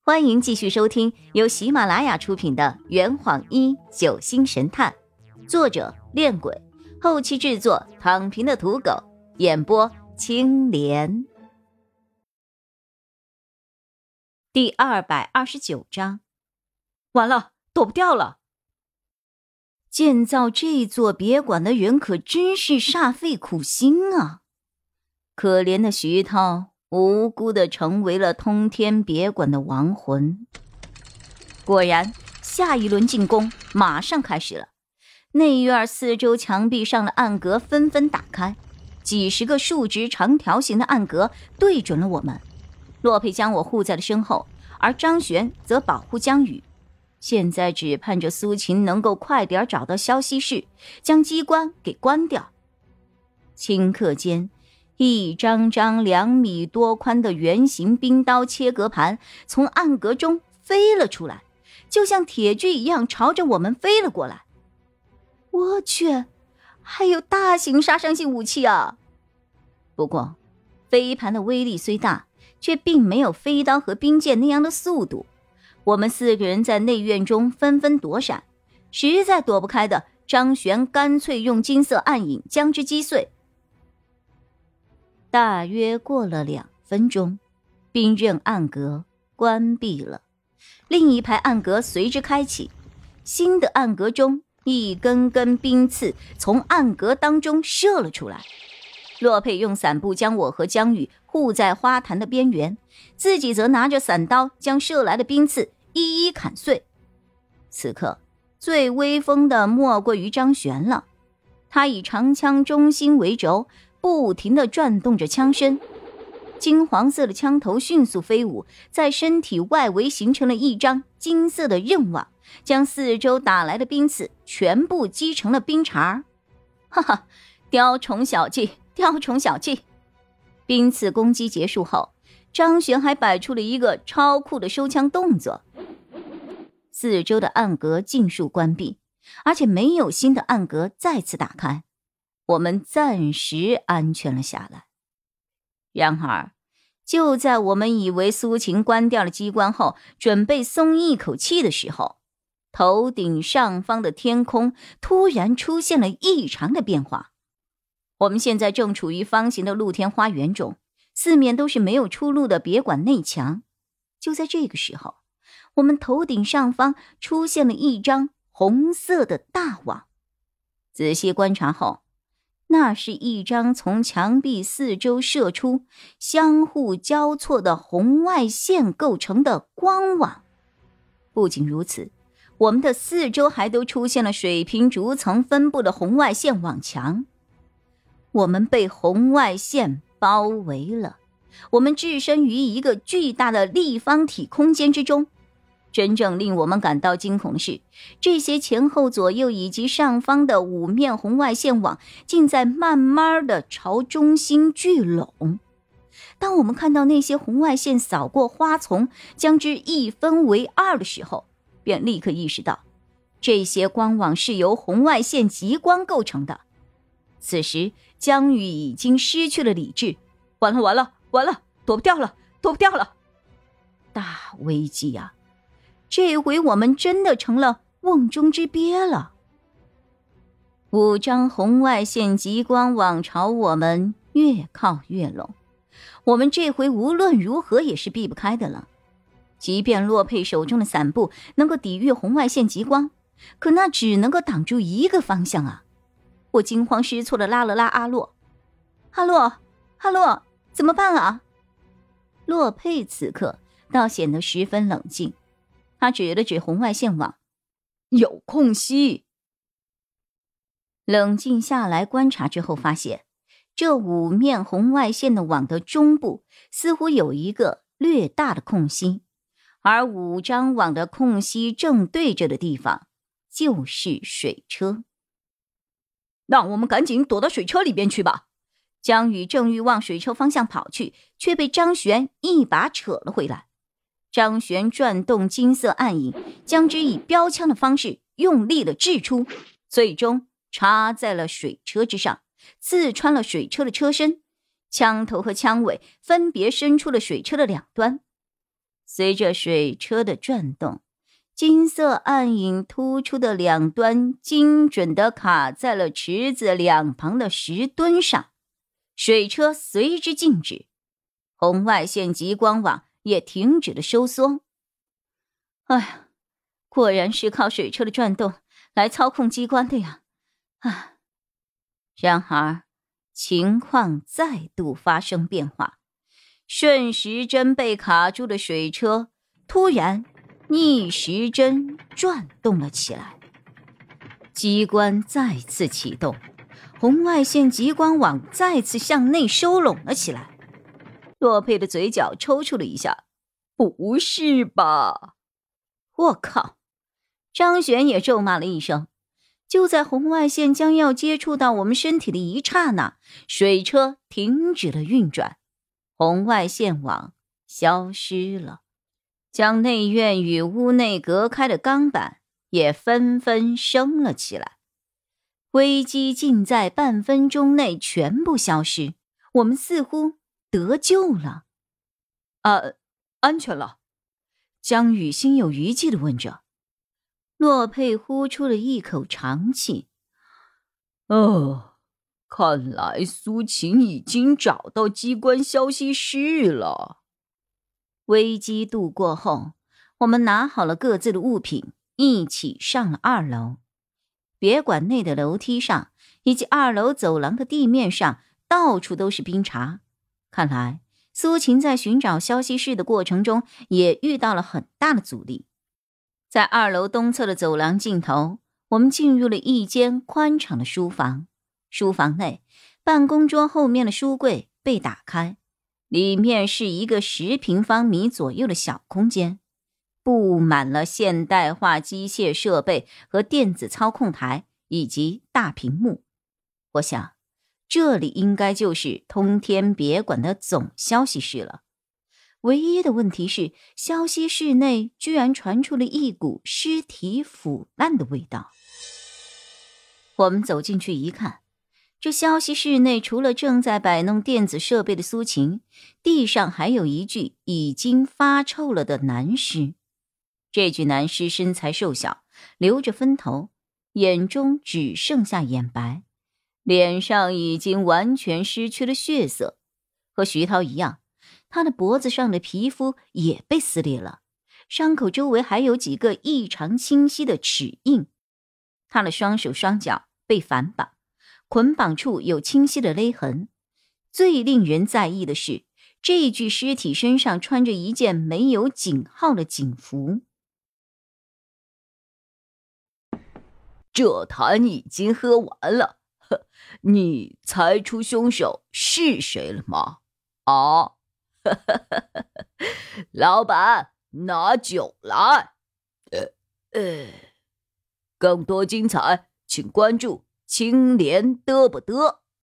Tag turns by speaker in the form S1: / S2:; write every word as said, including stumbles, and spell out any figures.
S1: 欢迎继续收听由喜马拉雅出品的《圆谎一九星神探》，作者恋鬼，后期制作躺平的土狗，演播青莲。第二百二十九章，完了，躲不掉了。建造这座别馆的人可真是煞费苦心啊！可怜的徐涛无辜地成为了通天别馆的亡魂。果然，下一轮进攻马上开始了。内院四周墙壁上的暗格纷纷打开，几十个竖直长条形的暗格对准了我们。洛佩将我护在了身后，而张璇则保护江宇。现在只盼着苏秦能够快点找到消息室，将机关给关掉。顷刻间，一张张两米多宽的圆形冰刀切割盘从暗格中飞了出来，就像铁锯一样朝着我们飞了过来。我去，还有大型杀伤性武器啊！不过，飞盘的威力虽大，却并没有飞刀和冰剑那样的速度。我们四个人在内院中纷纷躲闪，实在躲不开的，张璇干脆用金色暗影将之击碎。大约过了两分钟，冰刃暗格关闭了，另一排暗格随之开启。新的暗格中，一根根冰刺从暗格当中射了出来。洛佩用伞布将我和江宇护在花坛的边缘，自己则拿着伞刀将射来的冰刺一一砍碎。此刻最威风的莫过于张璇了，他以长枪中心为轴，不停地转动着枪身，金黄色的枪头迅速飞舞，在身体外围形成了一张金色的刃网，将四周打来的冰刺全部击成了冰碴。哈哈，雕虫小技，雕虫小技。冰刺攻击结束后，张璇还摆出了一个超酷的收枪动作。四周的暗格尽数关闭，而且没有新的暗格再次打开，我们暂时安全了下来。然而，就在我们以为苏秦关掉了机关后，准备松一口气的时候，头顶上方的天空突然出现了异常的变化。我们现在正处于方形的露天花园中，四面都是没有出路的别馆内墙。就在这个时候，我们头顶上方出现了一张红色的大网。仔细观察后，那是一张从墙壁四周射出、相互交错的红外线构成的光网。不仅如此，我们的四周还都出现了水平逐层分布的红外线网墙。我们被红外线包围了，我们置身于一个巨大的立方体空间之中。真正令我们感到惊恐的是，这些前后左右以及上方的五面红外线网竟在慢慢地朝中心聚拢。当我们看到那些红外线扫过花丛，将之一分为二的时候，便立刻意识到，这些光网是由红外线极光构成的。此时，江宇已经失去了理智。完了完了完了，躲不掉了，躲不掉了！大危机啊！这回我们真的成了瓮中之鳖了。五张红外线极光网朝我们越靠越拢，我们这回无论如何也是避不开的了。即便洛佩手中的伞布能够抵御红外线极光，可那只能够挡住一个方向啊！我惊慌失措地拉了拉阿洛。阿洛，阿洛，怎么办啊？洛佩此刻倒显得十分冷静，他指了指红外线网，有空隙。冷静下来观察之后发现，这五面红外线的网的中部似乎有一个略大的空隙，而五张网的空隙正对着的地方就是水车。让我们赶紧躲到水车里边去吧。江宇正欲往水车方向跑去，却被张璇一把扯了回来。张璇转动金色暗影，将之以标枪的方式用力地掷出，最终插在了水车之上，刺穿了水车的车身，枪头和枪尾分别伸出了水车的两端。 随着水车的转动，金色暗影突出的两端精准地卡在了池子两旁的石墩上，水车随之静止，红外线极光网也停止了收缩。哎呀，果然是靠水车的转动来操控机关的呀！啊！然而，情况再度发生变化，顺时针被卡住的水车突然逆时针转动了起来，机关再次启动，红外线极光网再次向内收拢了起来。洛佩的嘴角抽搐了一下，不是吧？我靠！张璇也咒骂了一声。就在红外线将要接触到我们身体的一刹那，水车停止了运转，红外线网消失了，将内院与屋内隔开的钢板也纷纷升了起来。危机竟在半分钟内全部消失，我们似乎得救了。啊，安全了？江宇心有余悸地问着。洛佩呼出了一口长气。哦，看来苏秦已经找到机关消息室了。危机度过后，我们拿好了各自的物品，一起上了二楼。别馆内的楼梯上以及二楼走廊的地面上到处都是冰碴，看来苏秦在寻找消息室的过程中也遇到了很大的阻力。在二楼东侧的走廊尽头，我们进入了一间宽敞的书房。书房内，办公桌后面的书柜被打开，里面是一个十平方米左右的小空间，布满了现代化机械设备和电子操控台以及大屏幕。我想，这里应该就是通天别馆的总消息室了。唯一的问题是，消息室内居然传出了一股尸体腐烂的味道。我们走进去一看，这消息室内除了正在摆弄电子设备的苏秦，地上还有一具已经发臭了的男尸。这具男尸身材瘦小，留着分头，眼中只剩下眼白，脸上已经完全失去了血色。和徐涛一样，他的脖子上的皮肤也被撕裂了，伤口周围还有几个异常清晰的齿印。他的双手双脚被反绑，捆绑处有清晰的勒痕。最令人在意的是，这具尸体身上穿着一件没有警号的警服。这坛已经喝完了，你猜出凶手是谁了吗？啊？老板，拿酒来。呃呃，更多精彩，请关注青莲嘚不嘚。